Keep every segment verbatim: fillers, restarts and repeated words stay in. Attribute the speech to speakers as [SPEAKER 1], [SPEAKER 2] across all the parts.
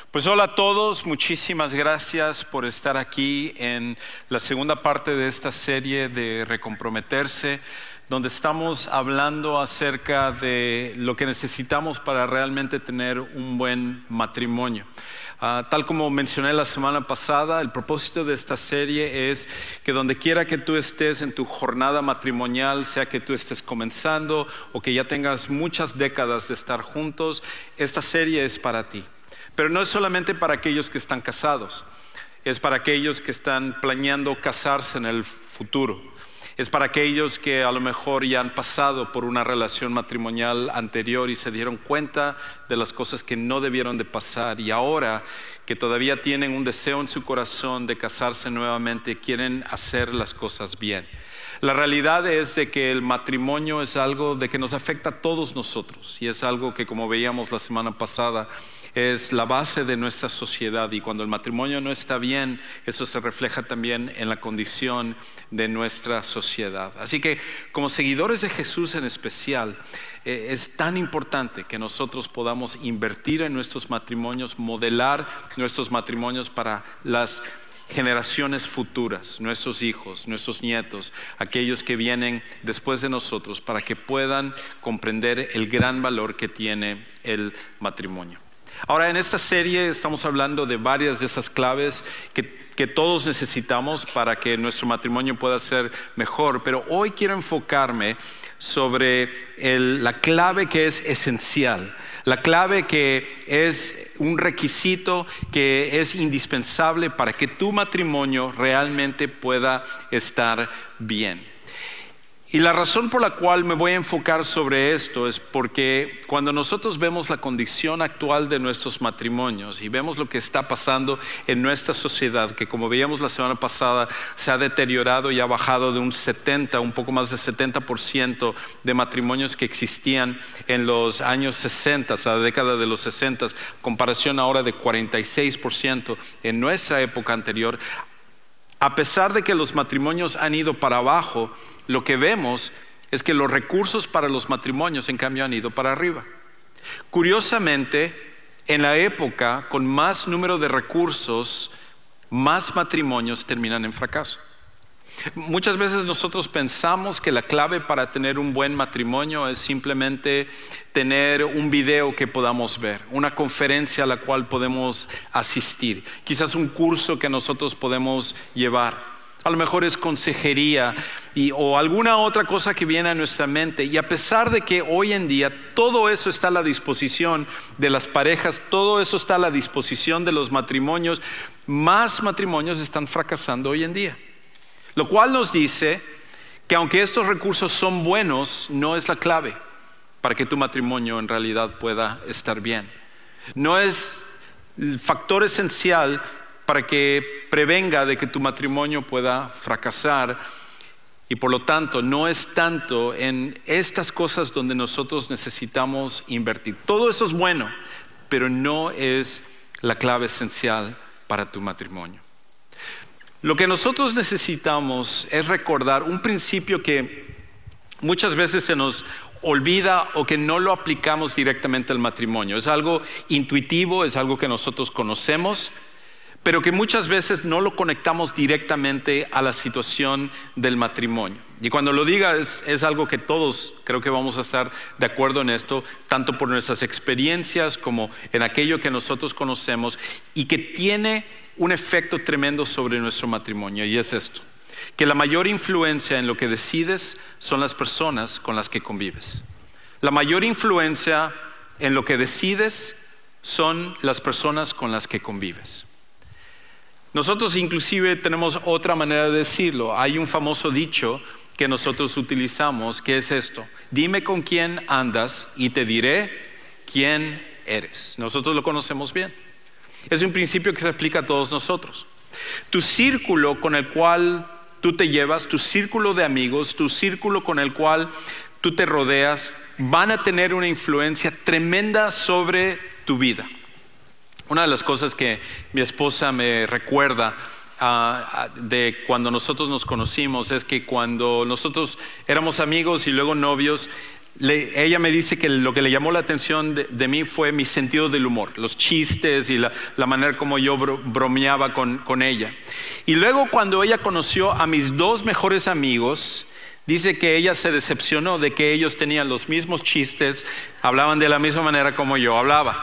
[SPEAKER 1] Pues hola a todos, muchísimas gracias por estar aquí en la segunda parte de esta serie de Recomprometerse, donde estamos hablando acerca de lo que necesitamos para realmente tener un buen matrimonio. Uh, tal como mencioné la semana pasada, el propósito de esta serie es que donde quiera que tú estés en tu jornada matrimonial, sea que tú estés comenzando o que ya tengas muchas décadas de estar juntos, esta serie es para ti. Pero no es solamente para aquellos que están casados, es para aquellos que están planeando casarse en el futuro. Es para aquellos que a lo mejor ya han pasado por una relación matrimonial anterior y se dieron cuenta de las cosas que no debieron de pasar, y ahora que todavía tienen un deseo en su corazón de casarse nuevamente, quieren hacer las cosas bien. La realidad es de que el matrimonio es algo de que nos afecta a todos nosotros, y es algo que, como veíamos la semana pasada, es la base de nuestra sociedad, y cuando el matrimonio no está bien, eso se refleja también en la condición de nuestra sociedad. Así que como seguidores de Jesús en especial, eh, es tan importante que nosotros podamos invertir en nuestros matrimonios, modelar nuestros matrimonios para las generaciones futuras, nuestros hijos, nuestros nietos, aquellos que vienen después de nosotros, para que puedan comprender el gran valor que tiene el matrimonio. Ahora, en esta serie estamos hablando de varias de esas claves que, que todos necesitamos para que nuestro matrimonio pueda ser mejor, pero hoy quiero enfocarme sobre el, la clave que es esencial, la clave que es un requisito que es indispensable para que tu matrimonio realmente pueda estar bien. Y la razón por la cual me voy a enfocar sobre esto es porque cuando nosotros vemos la condición actual de nuestros matrimonios y vemos lo que está pasando en nuestra sociedad, que como veíamos la semana pasada se ha deteriorado y ha bajado de un setenta, un poco más de setenta por ciento de matrimonios que existían en los años sesenta, a la década de los sesenta, comparación ahora de cuarenta y seis por ciento en nuestra época anterior. A pesar de que los matrimonios han ido para abajo, lo que vemos es que los recursos para los matrimonios en cambio han ido para arriba. Curiosamente, en la época con más número de recursos, más matrimonios terminan en fracaso. Muchas veces nosotros pensamos que la clave para tener un buen matrimonio es simplemente tener un video que podamos ver, una conferencia a la cual podemos asistir, quizás un curso que nosotros podemos llevar. A lo mejor es consejería y, o alguna otra cosa que viene a nuestra mente. Y a pesar de que hoy en día todo eso está a la disposición de las parejas, todo eso está a la disposición de los matrimonios, más matrimonios están fracasando hoy en día. Lo cual nos dice que aunque estos recursos son buenos, no es la clave para que tu matrimonio en realidad pueda estar bien. No es el factor esencial para que prevenga de que tu matrimonio pueda fracasar, y por lo tanto no es tanto en estas cosas donde nosotros necesitamos invertir. Todo eso es bueno, pero no es la clave esencial para tu matrimonio. Lo que nosotros necesitamos es recordar un principio que muchas veces se nos olvida o que no lo aplicamos directamente al matrimonio. Es algo intuitivo, es algo que nosotros conocemos, pero que muchas veces no lo conectamos directamente a la situación del matrimonio. Y cuando lo diga es, es algo que todos creo que vamos a estar de acuerdo en esto, tanto por nuestras experiencias como en aquello que nosotros conocemos, y que tiene un efecto tremendo sobre nuestro matrimonio, y es esto: que la mayor influencia en lo que decides son las personas con las que convives. La mayor influencia en lo que decides son las personas con las que convives. Nosotros inclusive tenemos otra manera de decirlo. Hay un famoso dicho que nosotros utilizamos, que es esto: dime con quién andas y te diré quién eres. Nosotros lo conocemos bien. Es un principio que se aplica a todos nosotros. Tu círculo con el cual tú te llevas, tu círculo de amigos, tu círculo con el cual tú te rodeas, van a tener una influencia tremenda sobre tu vida. Una de las cosas que mi esposa me recuerda uh, de cuando nosotros nos conocimos es que cuando nosotros éramos amigos y luego novios, Le, ella me dice que lo que le llamó la atención de, de mí fue mi sentido del humor, los chistes y la, la manera como yo bro, bromeaba con, con ella. Y luego cuando ella conoció a mis dos mejores amigos, dice que ella se decepcionó de que ellos tenían los mismos chistes, hablaban de la misma manera como yo hablaba.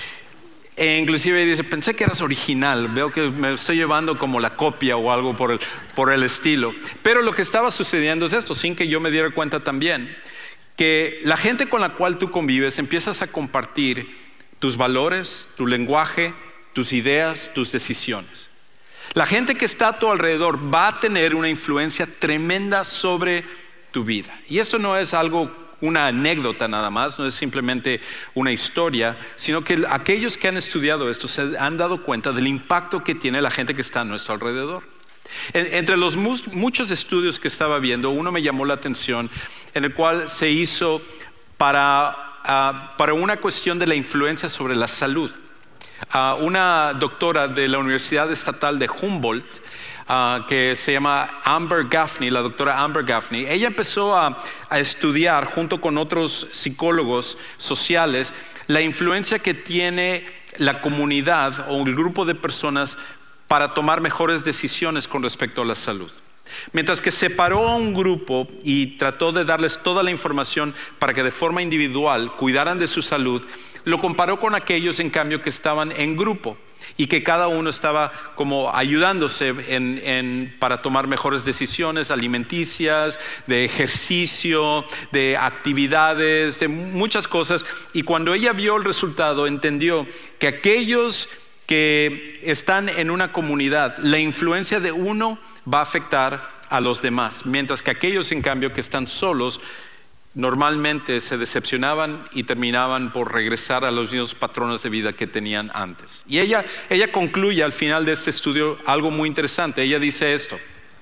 [SPEAKER 1] E inclusive dice, pensé que eras original, veo que me estoy llevando como la copia o algo por el, por el estilo. Pero lo que estaba sucediendo es esto, sin que yo me diera cuenta también, que la gente con la cual tú convives empiezas a compartir tus valores, tu lenguaje, tus ideas, tus decisiones. La gente que está a tu alrededor va a tener una influencia tremenda sobre tu vida. Y esto no es algo, una anécdota nada más, no es simplemente una historia, sino que aquellos que han estudiado esto se han dado cuenta del impacto que tiene la gente que está a nuestro alrededor. Entre los muchos estudios que estaba viendo, uno me llamó la atención, en el cual se hizo para, uh, para una cuestión de la influencia sobre la salud. Uh, una doctora de la Universidad Estatal de Humboldt, Uh, que se llama Amber Gaffney, la doctora Amber Gaffney, ella empezó a, a estudiar junto con otros psicólogos sociales la influencia que tiene la comunidad o el grupo de personas para tomar mejores decisiones con respecto a la salud. Mientras que separó a un grupo y trató de darles toda la información para que de forma individual cuidaran de su salud, lo comparó con aquellos en cambio que estaban en grupo y que cada uno estaba como ayudándose en, en, para tomar mejores decisiones alimenticias, de ejercicio, de actividades, de muchas cosas. Y cuando ella vio el resultado, entendió que aquellos que están en una comunidad, la influencia de uno va a afectar a los demás, mientras que aquellos en cambio que están solos normalmente se decepcionaban y terminaban por regresar a los mismos patrones de vida que tenían antes. Y ella, ella concluye al final de este estudio algo muy interesante. Ella dice esto.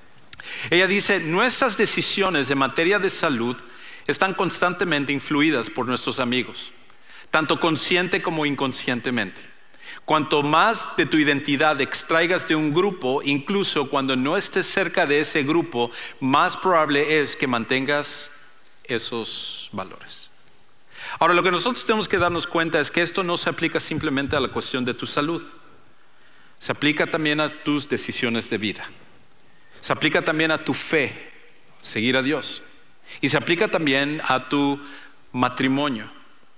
[SPEAKER 1] Ella dice, nuestras decisiones en materia de salud están constantemente influidas por nuestros amigos, tanto consciente como inconscientemente. Cuanto más de tu identidad extraigas de un grupo, incluso cuando no estés cerca de ese grupo, más probable es que mantengas esos valores. Ahora, lo que nosotros tenemos que darnos cuenta es que esto no se aplica simplemente a la cuestión de tu salud. Se aplica también a tus decisiones de vida. Se aplica también a tu fe, seguir a Dios. Y se aplica también a tu matrimonio.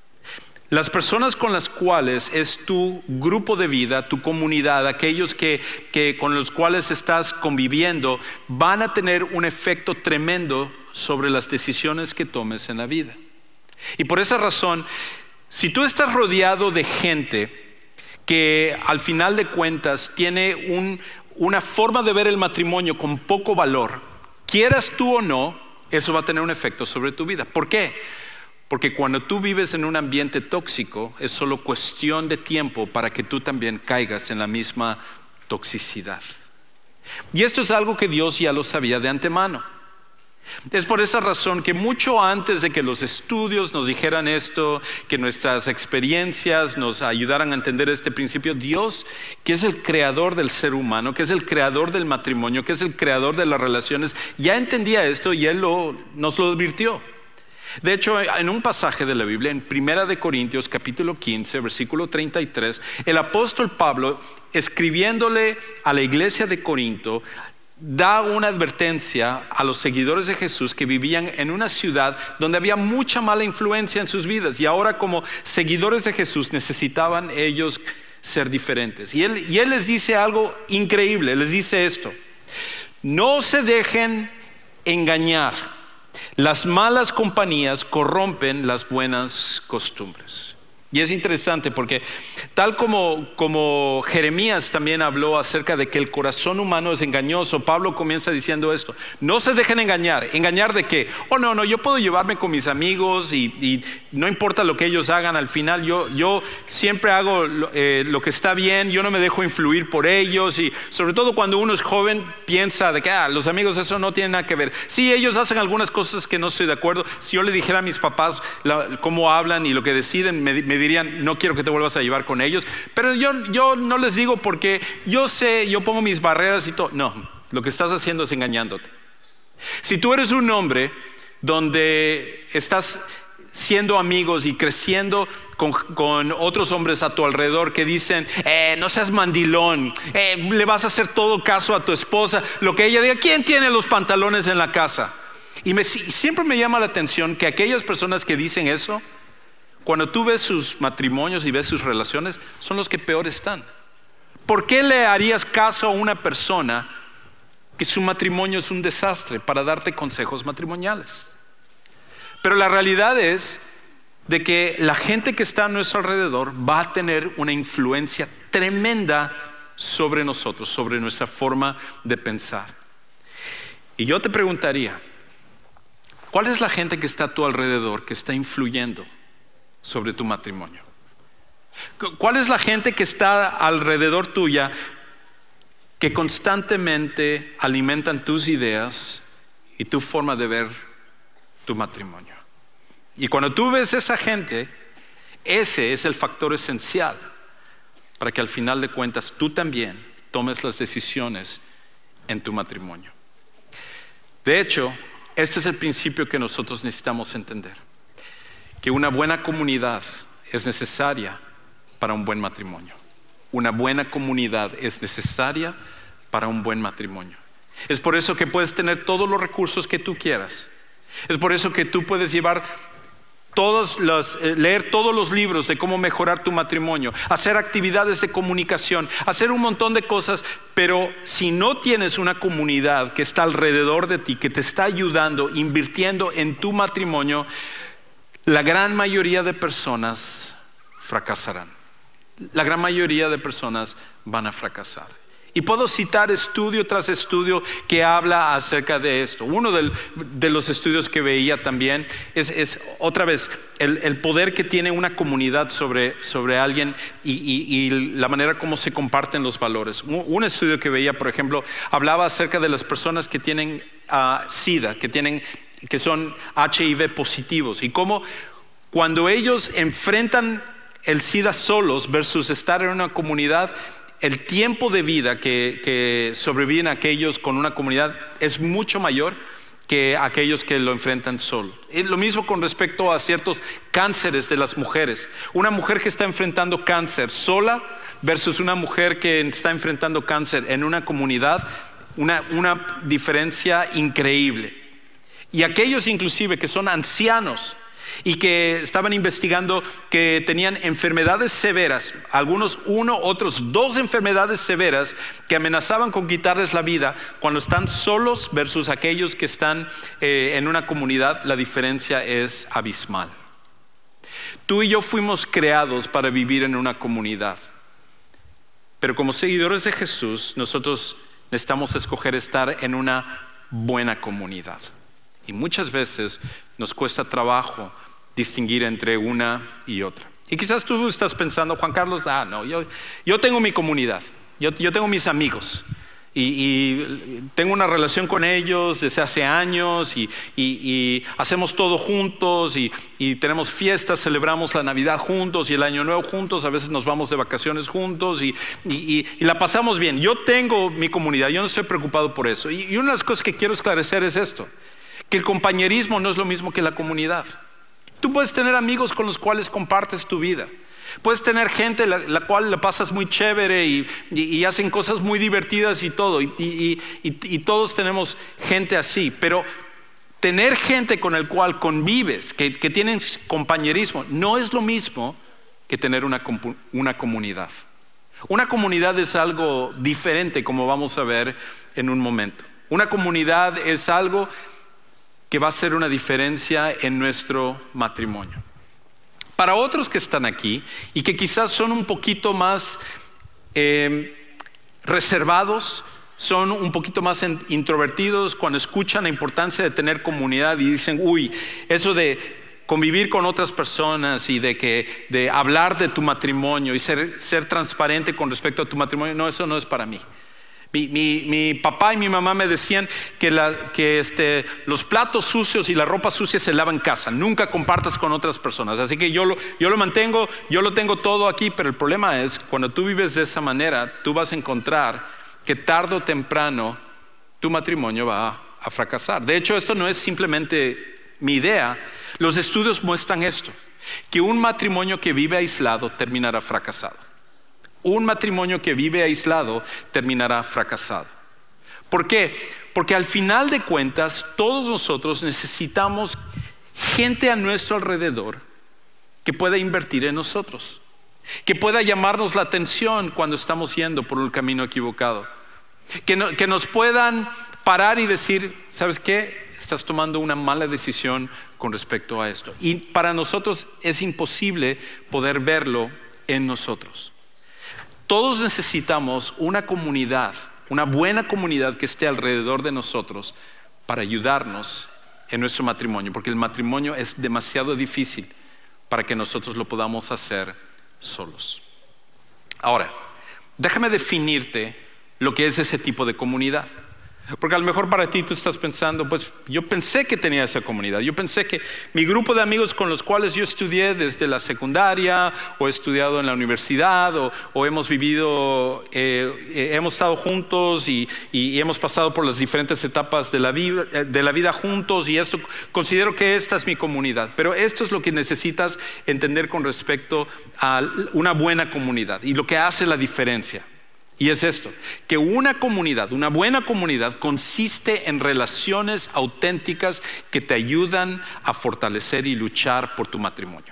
[SPEAKER 1] Las personas con las cuales es tu grupo de vida, tu comunidad, aquellos que, que con los cuales estás conviviendo, van a tener un efecto tremendo sobre las decisiones que tomes en la vida. Y por esa razón, si tú estás rodeado de gente que al final de cuentas tiene un, una forma de ver el matrimonio con poco valor, quieras tú o no, eso va a tener un efecto sobre tu vida. ¿Por qué? Porque cuando tú vives en un ambiente tóxico, es solo cuestión de tiempo para que tú también caigas en la misma toxicidad. Y esto es algo que Dios ya lo sabía de antemano. Es por esa razón que mucho antes de que los estudios nos dijeran esto, que nuestras experiencias nos ayudaran a entender este principio, Dios, que es el creador del ser humano, que es el creador del matrimonio, que es el creador de las relaciones, ya entendía esto y Él lo, nos lo advirtió. De hecho, en un pasaje de la Biblia, en Primera de Corintios capítulo quince, versículo treinta y tres, el apóstol Pablo, escribiéndole a la iglesia de Corinto, da una advertencia a los seguidores de Jesús que vivían en una ciudad donde había mucha mala influencia en sus vidas, y ahora como seguidores de Jesús necesitaban ellos ser diferentes. Y él, y él les dice algo increíble, les dice esto: no se dejen engañar, las malas compañías corrompen las buenas costumbres. Y es interesante porque tal como, como Jeremías también habló acerca de que el corazón humano es engañoso, Pablo comienza diciendo esto: no se dejen engañar. ¿Engañar de qué? Oh no, no, yo puedo llevarme con mis amigos y, y no importa lo que ellos hagan, al final yo, yo siempre hago eh, lo que está bien, yo no me dejo influir por ellos. Y sobre todo cuando uno es joven piensa de que ah, los amigos eso no tiene nada que ver. Sí, ellos hacen algunas cosas que no estoy de acuerdo. Si yo le dijera a mis papás la, cómo hablan y lo que deciden, me, me dirían: no quiero que te vuelvas a llevar con ellos. Pero yo, yo no les digo porque yo sé, yo pongo mis barreras y todo. No, lo que estás haciendo es engañándote. Si tú eres un hombre donde estás siendo amigos y creciendo con, con otros hombres a tu alrededor que dicen, eh, no seas mandilón, eh, le vas a hacer todo caso a tu esposa, lo que ella diga, ¿quién tiene los pantalones en la casa? Y me, siempre me llama la atención que aquellas personas que dicen eso, cuando tú ves sus matrimonios y ves sus relaciones, son los que peor están. ¿Por qué le harías caso a una persona que su matrimonio es un desastre para darte consejos matrimoniales? Pero la realidad es de que la gente que está a nuestro alrededor va a tener una influencia tremenda sobre nosotros, sobre nuestra forma de pensar. Y yo te preguntaría, ¿cuál es la gente que está a tu alrededor que está influyendo sobre tu matrimonio? ¿Cuál es la gente que está alrededor tuya que constantemente alimentan tus ideas y tu forma de ver tu matrimonio? Y cuando tú ves esa gente, ese es el factor esencial para que al final de cuentas tú también tomes las decisiones en tu matrimonio. De hecho, este es el principio que nosotros necesitamos entender, que una buena comunidad es necesaria para un buen matrimonio. Una buena comunidad es necesaria para un buen matrimonio. Es por eso que puedes tener todos los recursos que tú quieras. Es por eso que tú puedes llevar todos los, eh, leer todos los libros de cómo mejorar tu matrimonio, hacer actividades de comunicación, hacer un montón de cosas, pero si no tienes una comunidad que está alrededor de ti, que te está ayudando, invirtiendo en tu matrimonio, la gran mayoría de personas fracasarán. La gran mayoría de personas van a fracasar. Y puedo citar estudio tras estudio que habla acerca de esto. Uno del, de los estudios que veía también es, es otra vez el, el poder que tiene una comunidad sobre, sobre alguien y, y, y la manera como se comparten los valores. Un, un estudio que veía, por ejemplo, hablaba acerca de las personas que tienen uh, SIDA, que, tienen, que son H I V positivos, y cómo cuando ellos enfrentan el SIDA solos versus estar en una comunidad, el tiempo de vida que, que sobreviven aquellos con una comunidad es mucho mayor que aquellos que lo enfrentan solo. Es lo mismo con respecto a ciertos cánceres de las mujeres. Una mujer que está enfrentando cáncer sola versus una mujer que está enfrentando cáncer en una comunidad, una, una diferencia increíble. Y aquellos inclusive que son ancianos y que estaban investigando que tenían enfermedades severas, algunos uno, otros dos enfermedades severas que amenazaban con quitarles la vida cuando están solos versus aquellos que están eh, en una comunidad, la diferencia es abismal. Tú y yo fuimos creados para vivir en una comunidad, pero como seguidores de Jesús nosotros necesitamos escoger estar en una buena comunidad. Y muchas veces nos cuesta trabajo distinguir entre una y otra. Y quizás tú estás pensando, Juan Carlos, ah, no, yo, yo tengo mi comunidad, yo, yo tengo mis amigos y, y tengo una relación con ellos desde hace años y, y, y hacemos todo juntos y, y tenemos fiestas, celebramos la Navidad juntos y el Año Nuevo juntos, a veces nos vamos de vacaciones juntos y, y, y, y la pasamos bien. Yo tengo mi comunidad, yo no estoy preocupado por eso. Y, y una de las cosas que quiero esclarecer es esto, que el compañerismo no es lo mismo que la comunidad. Tú puedes tener amigos con los cuales compartes tu vida. Puedes tener gente la, la cual la pasas muy chévere y, y, y hacen cosas muy divertidas y todo. Y, y, y, y todos tenemos gente así. Pero tener gente con el cual convives, que, que tienen compañerismo, no es lo mismo que tener una, una comunidad. Una comunidad es algo diferente, como vamos a ver en un momento. Una comunidad es algo que va a hacer una diferencia en nuestro matrimonio. Para otros que están aquí y que quizás son un poquito más eh, reservados, son un poquito más introvertidos, cuando escuchan la importancia de tener comunidad y dicen, uy, eso de convivir con otras personas y de, que, de hablar de tu matrimonio y ser, ser transparente con respecto a tu matrimonio, no, eso no es para mí. Mi, mi, mi papá y mi mamá me decían que, la, que este, los platos sucios y la ropa sucia se lava en casa, nunca compartas con otras personas. Así que yo lo, yo lo mantengo, yo lo tengo todo aquí, pero el problema es cuando tú vives de esa manera, tú vas a encontrar que tarde o temprano tu matrimonio va a, a fracasar. De hecho, esto no es simplemente mi idea, Los estudios muestran esto, que un matrimonio que vive aislado terminará fracasado. Un matrimonio que vive aislado terminará fracasado. ¿Por qué? Porque al final de cuentas todos nosotros necesitamos gente a nuestro alrededor que pueda invertir en nosotros, que pueda llamarnos la atención cuando estamos yendo por un camino equivocado, que, no, que nos puedan parar y decir, ¿sabes qué? Estás tomando una mala decisión con respecto a esto. Y para nosotros es imposible poder verlo en nosotros. Todos necesitamos una comunidad, una buena comunidad que esté alrededor de nosotros para ayudarnos en nuestro matrimonio, porque el matrimonio es demasiado difícil para que nosotros lo podamos hacer solos. Ahora, déjame definirte lo que es ese tipo de comunidad. Porque a lo mejor para ti tú estás pensando, pues yo pensé que tenía esa comunidad. Yo pensé que mi grupo de amigos con los cuales yo estudié desde la secundaria, o he estudiado en la universidad, o, o hemos vivido, eh, eh, hemos estado juntos y, y, y hemos pasado por las diferentes etapas de la, vida, de la vida juntos, y esto, considero que esta es mi comunidad. Pero esto es lo que necesitas entender con respecto a una buena comunidad y lo que hace la diferencia. Y es esto, que una comunidad, una buena comunidad consiste en relaciones auténticas que te ayudan a fortalecer y luchar por tu matrimonio.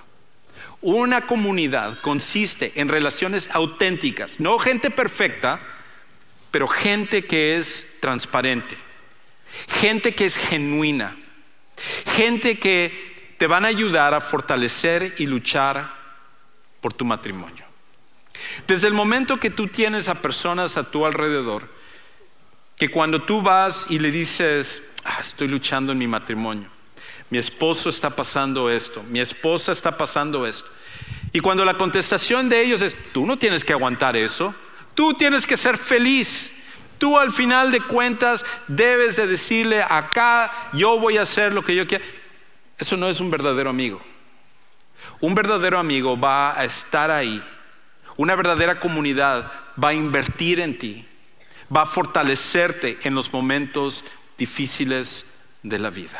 [SPEAKER 1] Una comunidad consiste en relaciones auténticas, no gente perfecta, pero gente que es transparente, gente que es genuina, gente que te van a ayudar a fortalecer y luchar por tu matrimonio. Desde el momento que tú tienes a personas a tu alrededor, que cuando tú vas y le dices, ah, estoy luchando en mi matrimonio, mi esposo está pasando esto, mi esposa está pasando esto, y cuando la contestación de ellos es, tú no tienes que aguantar eso, tú tienes que ser feliz, tú al final de cuentas debes de decirle, acá yo voy a hacer lo que yo quiera. Eso no es un verdadero amigo. Un verdadero amigo va a estar ahí. Una verdadera comunidad va a invertir en ti, va a fortalecerte en los momentos difíciles de la vida.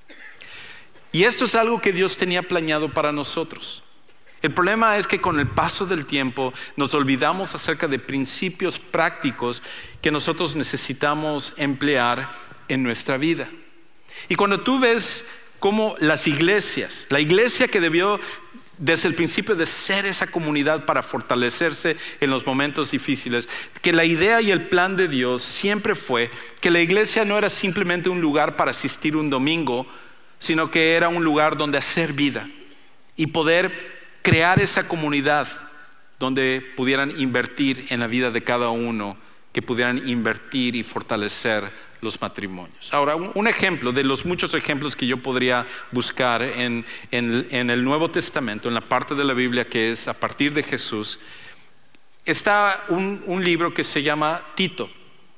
[SPEAKER 1] Y esto es algo que Dios tenía planeado para nosotros. El problema es que con el paso del tiempo nos olvidamos acerca de principios prácticos que nosotros necesitamos emplear en nuestra vida. Y cuando tú ves cómo las iglesias, la iglesia que debió desde el principio de ser esa comunidad para fortalecerse en los momentos difíciles, que la idea y el plan de Dios siempre fue que la iglesia no era simplemente un lugar para asistir un domingo, sino que era un lugar donde hacer vida y poder crear esa comunidad donde pudieran invertir en la vida de cada uno, que pudieran invertir y fortalecer los matrimonios. Ahora, un, un ejemplo de los muchos ejemplos que yo podría buscar en, en, en el Nuevo Testamento, en la parte de la Biblia que es a partir de Jesús, está un, un libro que se llama Tito.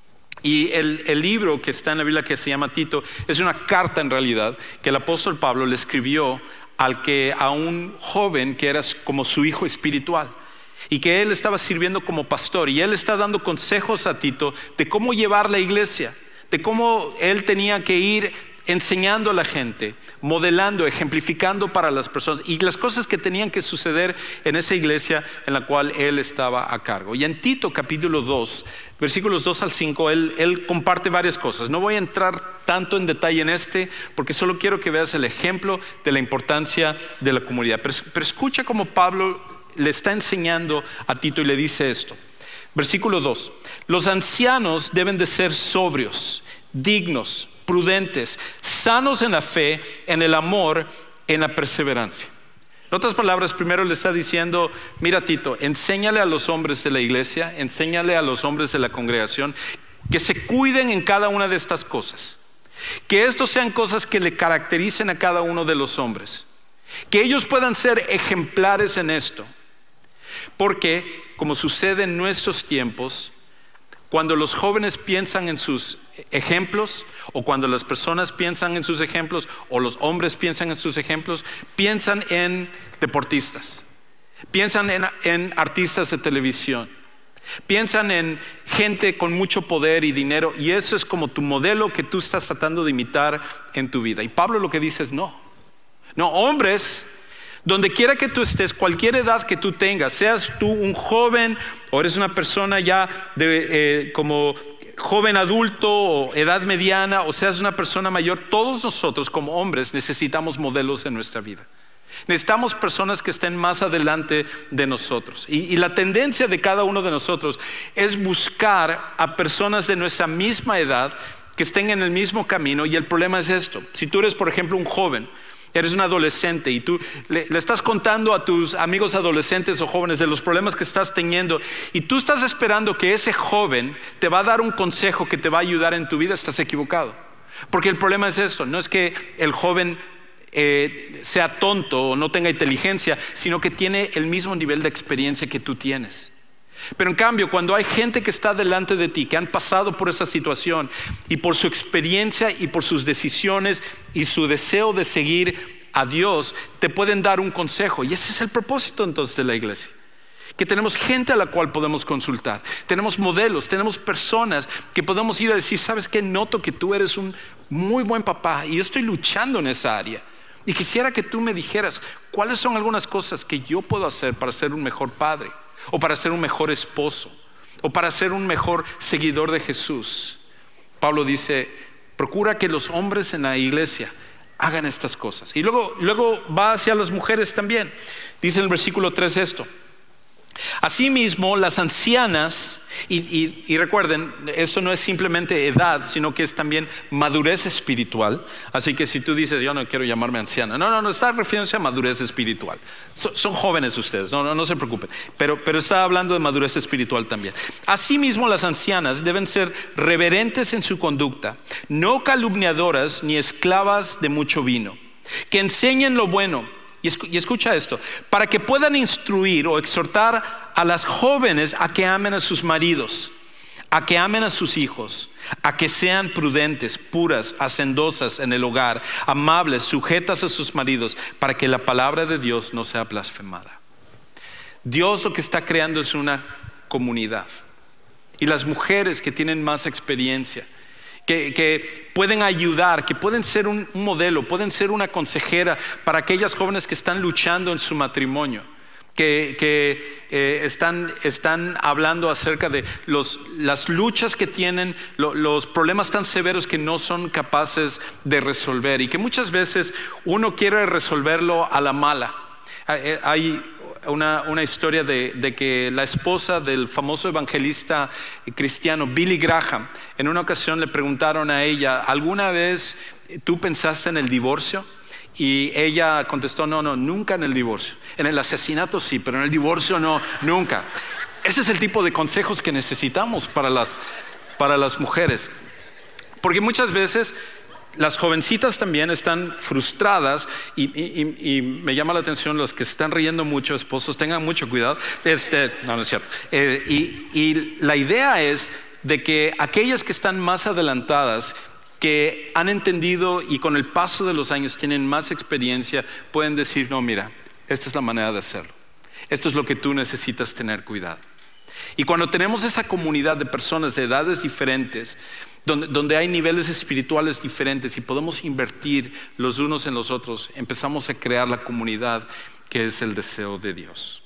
[SPEAKER 1] Y el, el libro que está en la Biblia que se llama Tito es una carta en realidad que el apóstol Pablo le escribió al que, a un joven que era como su hijo espiritual, y que él estaba sirviendo como pastor, y él está dando consejos a Tito de cómo llevar la iglesia, de cómo él tenía que ir enseñando a la gente, modelando, ejemplificando para las personas y las cosas que tenían que suceder en esa iglesia en la cual él estaba a cargo. Y en Tito capítulo dos, versículos dos al cinco, él, él comparte varias cosas. No voy a entrar tanto en detalle en este, porque solo quiero que veas el ejemplo de la importancia de la comunidad. Pero, pero escucha cómo Pablo le está enseñando a Tito y le dice esto. Versículo dos: los ancianos deben de ser sobrios, dignos, prudentes, sanos en la fe, en el amor, en la perseverancia. En otras palabras, primero le está diciendo, mira Tito, enséñale a los hombres de la iglesia, enséñale a los hombres de la congregación que se cuiden en cada una de estas cosas, que estos sean cosas que le caractericen a cada uno de los hombres, que ellos puedan ser ejemplares en esto, porque como sucede en nuestros tiempos, cuando los jóvenes piensan en sus ejemplos, o cuando las personas piensan en sus ejemplos, o los hombres piensan en sus ejemplos, piensan en deportistas, piensan en, en artistas de televisión, piensan en gente con mucho poder y dinero, y eso es como tu modelo que tú estás tratando de imitar en tu vida. Y Pablo lo que dice es no, No, hombres, donde quiera que tú estés, cualquier edad que tú tengas, seas tú un joven o eres una persona ya de, eh, como joven adulto o edad mediana, o seas una persona mayor, todos nosotros como hombres necesitamos modelos en nuestra vida. Necesitamos personas que estén más adelante de nosotros. Y, y la tendencia de cada uno de nosotros es buscar a personas de nuestra misma edad que estén en el mismo camino. Y el problema es esto: si tú eres, por ejemplo, un joven, eres un adolescente y tú le, le estás contando a tus amigos adolescentes o jóvenes de los problemas que estás teniendo, y tú estás esperando que ese joven te va a dar un consejo que te va a ayudar en tu vida, estás equivocado. Porque el problema es esto: no es que el joven eh, sea tonto o no tenga inteligencia, sino que tiene el mismo nivel de experiencia que tú tienes. Pero en cambio, cuando hay gente que está delante de ti, que han pasado por esa situación, y por su experiencia y por sus decisiones y su deseo de seguir a Dios, te pueden dar un consejo. Y ese es el propósito entonces de la iglesia, que tenemos gente a la cual podemos consultar, tenemos modelos, tenemos personas que podemos ir a decir: ¿sabes qué? Noto que tú eres un muy buen papá y yo estoy luchando en esa área, y quisiera que tú me dijeras cuáles son algunas cosas que yo puedo hacer para ser un mejor padre, o para ser un mejor esposo, o para ser un mejor seguidor de Jesús. Pablo dice: procura que los hombres en la iglesia hagan estas cosas. Y luego, luego va hacia las mujeres también. Dice en el versículo tres esto: asimismo las ancianas, y, y, y recuerden, esto no es simplemente edad, sino que es también madurez espiritual. Así que si tú dices: yo no quiero llamarme anciana, no, no, no, está refiriéndose a madurez espiritual. So, son jóvenes ustedes, no, no, no se preocupen, pero, pero está hablando de madurez espiritual también. Asimismo las ancianas deben ser reverentes en su conducta, no calumniadoras ni esclavas de mucho vino, que enseñen lo bueno. Y escucha esto: para que puedan instruir o exhortar a las jóvenes a que amen a sus maridos, a que amen a sus hijos, a que sean prudentes, puras, hacendosas en el hogar, amables, sujetas a sus maridos, para que la palabra de Dios no sea blasfemada. Dios lo que está creando es una comunidad, y las mujeres que tienen más experiencia, Que, que pueden ayudar, que pueden ser un, un modelo, pueden ser una consejera para aquellas jóvenes que están luchando en su matrimonio, que, que eh, están, están hablando acerca de los, las luchas que tienen, lo, los problemas tan severos que no son capaces de resolver, y que muchas veces uno quiere resolverlo a la mala. Hay, hay Una, una historia de, de que la esposa del famoso evangelista cristiano Billy Graham, en una ocasión le preguntaron a ella: ¿alguna vez tú pensaste en el divorcio? Y ella contestó: no, no, nunca en el divorcio. En el asesinato sí, pero en el divorcio no, nunca. Ese es el tipo de consejos que necesitamos para las, para las mujeres, porque muchas veces las jovencitas también están frustradas, y, y, y me llama la atención los que se están riendo mucho, esposos, tengan mucho cuidado. Este, no, no es cierto. Eh, y, y la idea es de que aquellas que están más adelantadas, que han entendido y con el paso de los años tienen más experiencia, pueden decir: no, mira, esta es la manera de hacerlo, esto es lo que tú necesitas tener cuidado. Y cuando tenemos esa comunidad de personas de edades diferentes, donde, donde hay niveles espirituales diferentes, y podemos invertir los unos en los otros, empezamos a crear la comunidad que es el deseo de Dios.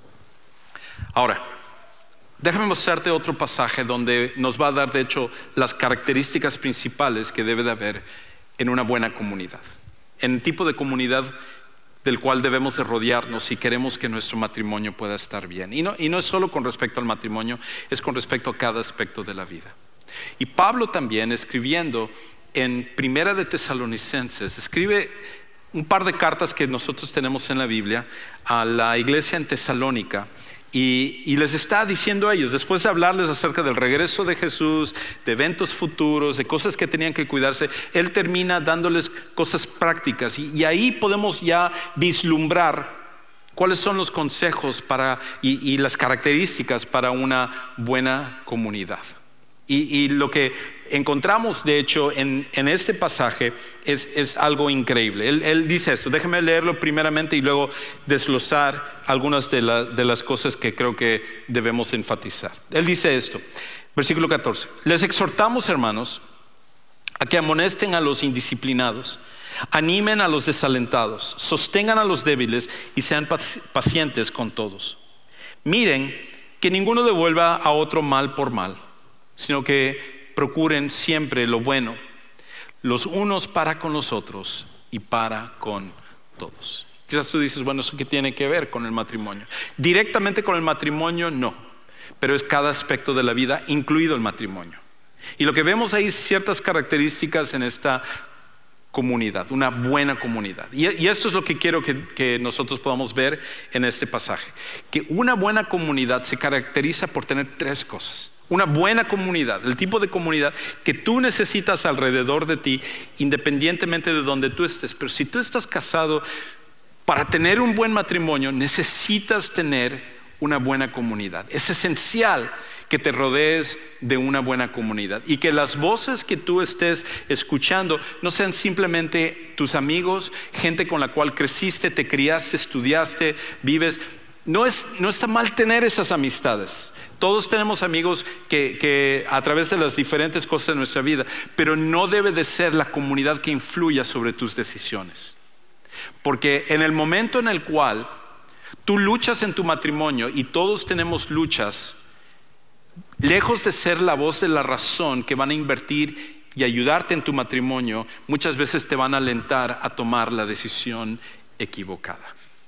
[SPEAKER 1] Ahora, déjame mostrarte otro pasaje donde nos va a dar, de hecho, las características principales que debe de haber en una buena comunidad, en el tipo de comunidad del cual debemos de rodearnos si queremos que nuestro matrimonio pueda estar bien. Y no, y no es solo con respecto al matrimonio, es con respecto a cada aspecto de la vida. Y Pablo también, escribiendo en Primera de Tesalonicenses, escribe un par de cartas que nosotros tenemos en la Biblia a la iglesia en Tesalónica. Y, y les está diciendo a ellos, después de hablarles acerca del regreso de Jesús, de eventos futuros, de cosas que tenían que cuidarse, él termina dándoles cosas prácticas, y, y ahí podemos ya vislumbrar cuáles son los consejos para, y, y las características para una buena comunidad. Y, y lo que encontramos, de hecho, en, en este pasaje es, es algo increíble. Él, él dice esto, déjeme leerlo primeramente y luego desglosar algunas de, la, de las cosas que creo que debemos enfatizar. Él dice esto, versículo catorce: les exhortamos, hermanos, a que amonesten a los indisciplinados, Animen a los desalentados, sostengan a los débiles y sean pacientes con todos. Miren que ninguno devuelva a otro mal por mal, sino que procuren siempre lo bueno, los unos para con los otros y para con todos. Quizás tú dices, bueno, ¿eso qué tiene que ver con el matrimonio? Directamente con el matrimonio, no, pero es cada aspecto de la vida, incluido el matrimonio. Y lo que vemos ahí es ciertas características en esta comunidad, una buena comunidad. Y, y esto es lo que quiero que, que nosotros podamos ver en este pasaje. Que una buena comunidad se caracteriza por tener tres cosas. Una buena comunidad, el tipo de comunidad que tú necesitas alrededor de ti, independientemente de donde tú estés. Pero si tú estás casado, para tener un buen matrimonio necesitas tener una buena comunidad. Es esencial que te rodees de una buena comunidad y que las voces que tú estés escuchando no sean simplemente tus amigos, gente con la cual creciste, te criaste, estudiaste, vives. No, es, no está mal tener esas amistades. Todos tenemos amigos que, que a través de las diferentes cosas de nuestra vida, pero no debe de ser la comunidad que influya sobre tus decisiones. Porque en el momento en el cual tú luchas en tu matrimonio, y todos tenemos luchas, lejos de ser la voz de la razón que van a invertir y ayudarte en tu matrimonio, muchas veces te van a alentar a tomar la decisión equivocada.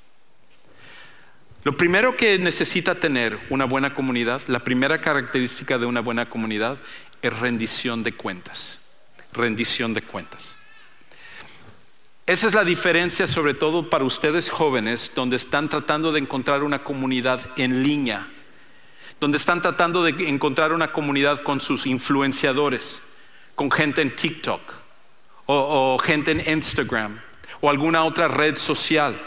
[SPEAKER 1] Lo primero que necesita tener una buena comunidad, la primera característica de una buena comunidad es rendición de cuentas. Rendición de cuentas. Esa es la diferencia, sobre todo para ustedes jóvenes, donde están tratando de encontrar una comunidad en línea, donde están tratando de encontrar una comunidad con sus influenciadores, con gente en TikTok o, o gente en Instagram o alguna otra red social.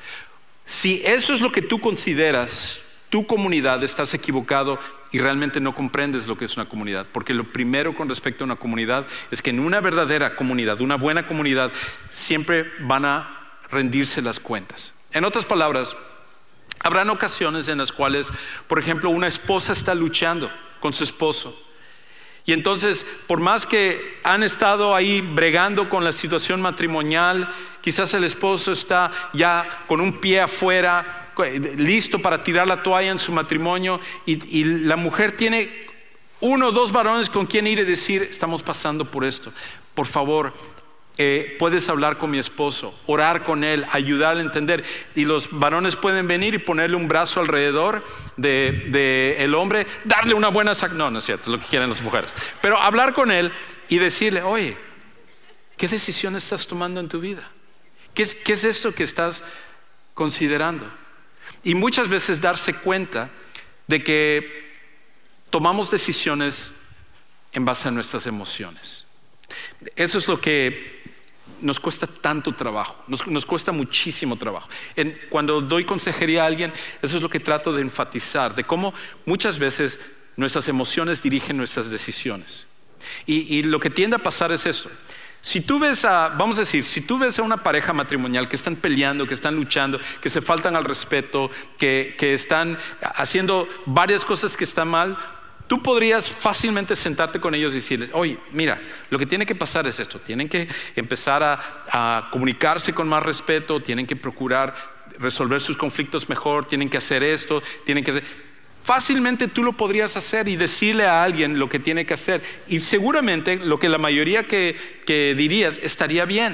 [SPEAKER 1] Si eso es lo que tú consideras tu comunidad, estás equivocado y realmente no comprendes lo que es una comunidad. Porque lo primero con respecto a una comunidad es que en una verdadera comunidad, una buena comunidad, siempre van a rendirse las cuentas. En otras palabras, habrán ocasiones en las cuales, por ejemplo, una esposa está luchando con su esposo. Y entonces, por más que han estado ahí bregando con la situación matrimonial, quizás el esposo está ya con un pie afuera, listo para tirar la toalla en su matrimonio, y, y la mujer tiene uno o dos varones con quien ir y decir, estamos pasando por esto, por favor, eh, puedes hablar con mi esposo, orar con él, ayudarle a entender. Y los varones pueden venir y ponerle un brazo alrededor de, de el hombre, darle una buena sac... no, no es cierto, es lo que quieren las mujeres, pero hablar con él y decirle, oye, ¿qué decisión estás tomando en tu vida? ¿Qué es, qué es esto que estás considerando? Y muchas veces darse cuenta de que tomamos decisiones en base a nuestras emociones. Eso es lo que nos cuesta tanto trabajo, nos, nos cuesta muchísimo trabajo. En, cuando doy consejería a alguien, eso es lo que trato de enfatizar, de cómo muchas veces nuestras emociones dirigen nuestras decisiones. Y, y lo que tiende a pasar es esto. Si tú ves a, vamos a decir, si tú ves a una pareja matrimonial que están peleando, que están luchando, que se faltan al respeto, que, que están haciendo varias cosas que están mal, tú podrías fácilmente sentarte con ellos y decirles, oye, mira, lo que tiene que pasar es esto, tienen que empezar a, a comunicarse con más respeto, tienen que procurar resolver sus conflictos mejor, tienen que hacer esto, tienen que hacer... Fácilmente tú lo podrías hacer y decirle a alguien lo que tiene que hacer, y seguramente lo que la mayoría que, que dirías estaría bien.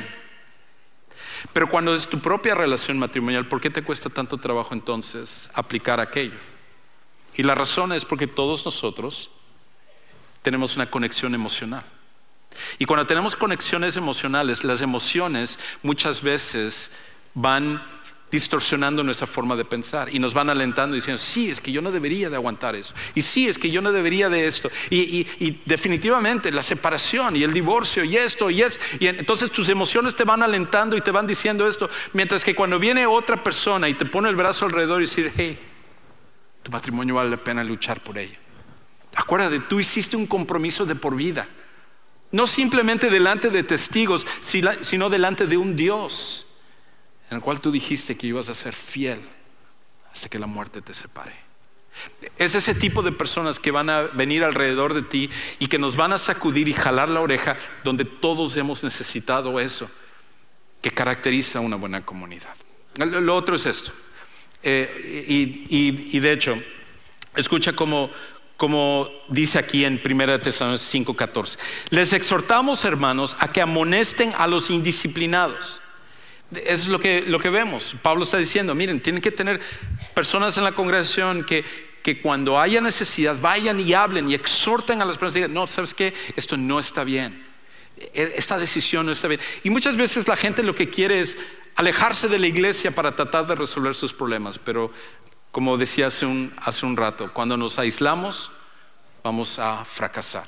[SPEAKER 1] Pero cuando es tu propia relación matrimonial, ¿por qué te cuesta tanto trabajo entonces aplicar aquello? Y la razón es porque todos nosotros tenemos una conexión emocional. Y cuando tenemos conexiones emocionales, las emociones muchas veces van distorsionando nuestra forma de pensar y nos van alentando diciendo, sí, es que yo no debería de aguantar eso, y sí, es que yo no debería de esto, y, y, y definitivamente la separación y el divorcio y esto y es, y entonces tus emociones te van alentando y te van diciendo esto, mientras que cuando viene otra persona y te pone el brazo alrededor y decir, hey, tu matrimonio vale la pena luchar por ello. Acuérdate, tú hiciste un compromiso de por vida, no simplemente delante de testigos, sino delante de un Dios en el cual tú dijiste que ibas a ser fiel hasta que la muerte te separe. Es ese tipo de personas que van a venir alrededor de ti y que nos van a sacudir y jalar la oreja, donde todos hemos necesitado eso. que caracteriza una buena comunidad. Lo otro es esto. Eh, y, y, y de hecho, escucha cómo, cómo dice aquí en primera Tesalonicenses cinco catorce. Les exhortamos, hermanos, a que amonesten a los indisciplinados. Es lo que, lo que vemos. Pablo está diciendo, miren, tienen que tener personas en la congregación que, que cuando haya necesidad vayan y hablen y exhorten a las personas y digan, no, ¿sabes qué? Esto no está bien. Esta decisión no está bien. Y muchas veces la gente lo que quiere es alejarse de la iglesia para tratar de resolver sus problemas. Pero como decía hace un, hace un rato, cuando nos aislamos vamos a fracasar.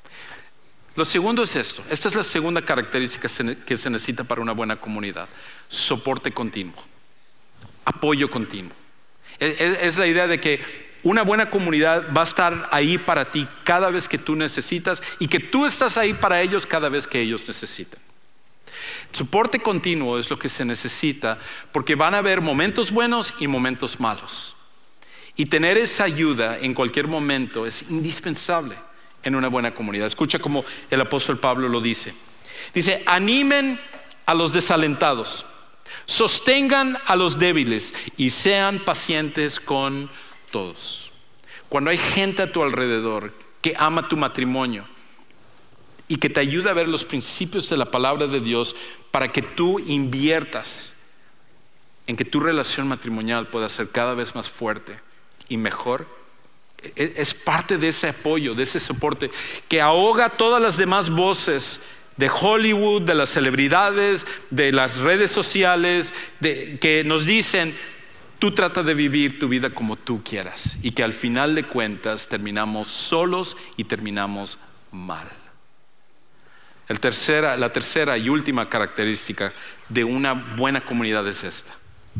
[SPEAKER 1] Lo segundo es esto. Esta es la segunda característica que se necesita para una buena comunidad: soporte continuo, apoyo continuo. Es, es la idea de que una buena comunidad va a estar ahí para ti cada vez que tú necesitas y que tú estás ahí para ellos cada vez que ellos necesitan. Soporte continuo es lo que se necesita porque van a haber momentos buenos y momentos malos. Y tener esa ayuda en cualquier momento es indispensable en una buena comunidad. Escucha como el apóstol Pablo lo dice. Dice, animen a los desalentados, sostengan a los débiles y sean pacientes con todos. Cuando hay gente a tu alrededor que ama tu matrimonio y que te ayuda a ver los principios de la palabra de Dios para que tú inviertas en que tu relación matrimonial pueda ser cada vez más fuerte y mejor, es parte de ese apoyo, de ese soporte que ahoga todas las demás voces de Hollywood, de las celebridades, de las redes sociales, de, que nos dicen, tú trata de vivir tu vida como tú quieras, y que al final de cuentas terminamos solos y terminamos mal. El tercera, la tercera y última característica de una buena comunidad es esta: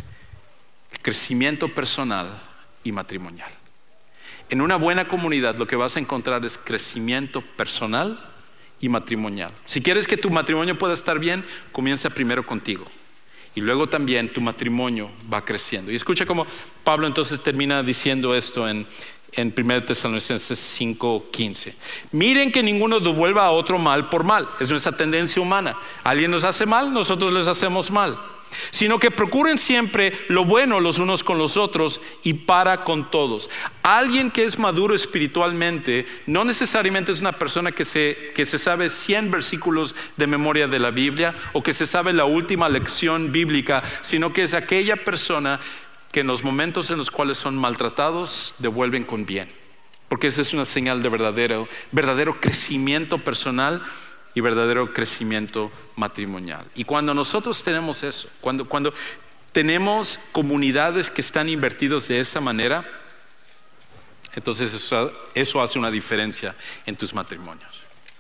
[SPEAKER 1] el crecimiento personal y matrimonial. En una buena comunidad lo que vas a encontrar es crecimiento personal y matrimonial. Si quieres que tu matrimonio pueda estar bien, comienza primero contigo. Y luego también tu matrimonio va creciendo. Y escucha cómo Pablo entonces termina diciendo esto en, en primera Tesalonicenses cinco quince. Miren que ninguno devuelva a otro mal por mal. Es nuestra tendencia humana. Alguien nos hace mal, nosotros les hacemos mal. Sino que procuren siempre lo bueno los unos con los otros y para con todos. Alguien que es maduro espiritualmente no necesariamente es una persona que se, que se sabe cien versículos de memoria de la Biblia o que se sabe la última lección bíblica, sino que es aquella persona que en los momentos en los cuales son maltratados devuelven con bien, porque esa es una señal de verdadero, verdadero crecimiento personal y verdadero crecimiento matrimonial. Y cuando nosotros tenemos eso, cuando, cuando tenemos comunidades que están invertidos de esa manera, entonces eso, eso hace una diferencia en tus matrimonios.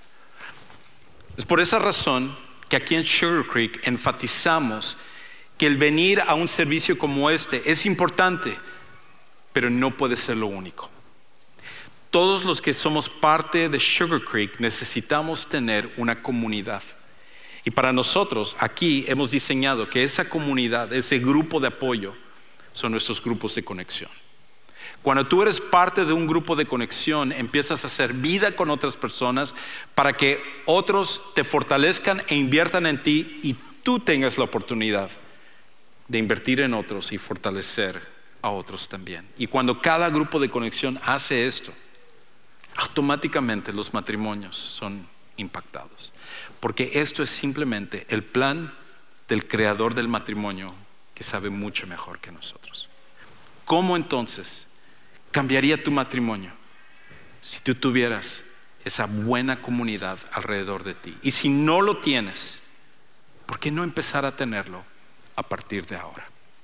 [SPEAKER 1] Es por esa razón que aquí en Sugar Creek enfatizamos que el venir a un servicio como este es importante, pero no puede ser lo único. Todos los que somos parte de Sugar Creek necesitamos tener una comunidad. Y para nosotros aquí hemos diseñado que esa comunidad, ese grupo de apoyo, son nuestros grupos de conexión. Cuando tú eres parte de un grupo de conexión, empiezas a hacer vida con otras personas para que otros te fortalezcan e inviertan en ti y tú tengas la oportunidad de invertir en otros y fortalecer a otros también. Y cuando cada grupo de conexión hace esto, automáticamente los matrimonios son impactados, porque esto es simplemente el plan del creador del matrimonio, que sabe mucho mejor que nosotros. ¿Cómo entonces cambiaría tu matrimonio si tú tuvieras esa buena comunidad alrededor de ti? Y si no lo tienes, ¿por qué no empezar a tenerlo a partir de ahora?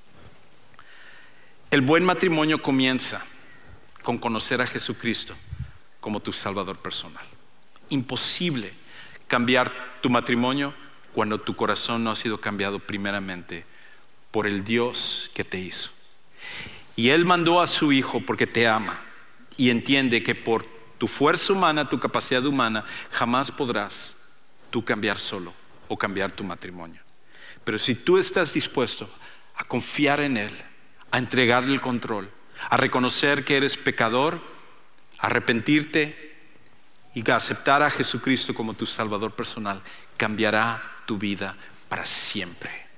[SPEAKER 1] El buen matrimonio comienza con conocer a Jesucristo como tu Salvador personal. Imposible cambiar tu matrimonio cuando tu corazón no ha sido cambiado primeramente por el Dios que te hizo. Y Él mandó a su Hijo porque te ama y entiende que por tu fuerza humana, tu capacidad humana, jamás podrás tú cambiar solo o cambiar tu matrimonio. Pero si tú estás dispuesto a confiar en Él, a entregarle el control, a reconocer que eres pecador, arrepentirte y aceptar a Jesucristo como tu Salvador personal, cambiará tu vida para siempre.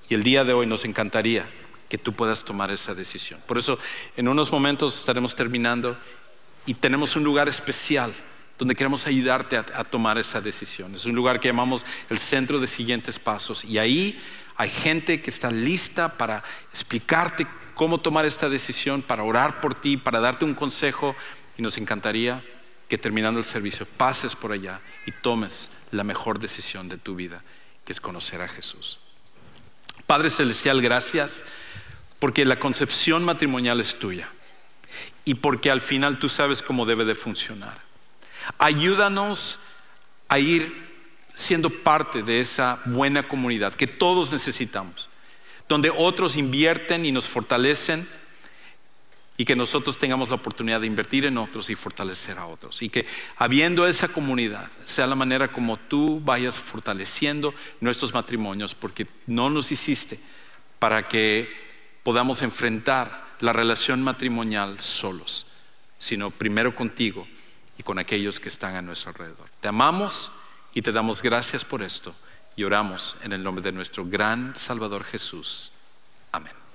[SPEAKER 1] Y el día de hoy nos encantaría que tú puedas tomar esa decisión. Por eso en unos momentos estaremos terminando y tenemos un lugar especial donde queremos ayudarte a, a tomar esa decisión. Es un lugar que llamamos el Centro de Siguientes Pasos, y ahí hay gente que está lista para explicarte cómo tomar esta decisión, para orar por ti, para darte un consejo, y nos encantaría que terminando el servicio pases por allá y tomes la mejor decisión de tu vida, que es conocer a Jesús. Padre Celestial, gracias porque la concepción matrimonial es tuya y porque al final tú sabes cómo debe de funcionar. Ayúdanos a ir siendo parte de esa buena comunidad que todos necesitamos, donde otros invierten y nos fortalecen, y que nosotros tengamos la oportunidad de invertir en otros y fortalecer a otros, y que habiendo esa comunidad sea la manera como tú vayas fortaleciendo nuestros matrimonios, porque no nos hiciste para que podamos enfrentar la relación matrimonial solos, sino primero contigo y con aquellos que están a nuestro alrededor. Te amamos y te damos gracias por esto, y oramos en el nombre de nuestro gran Salvador Jesús. Amén.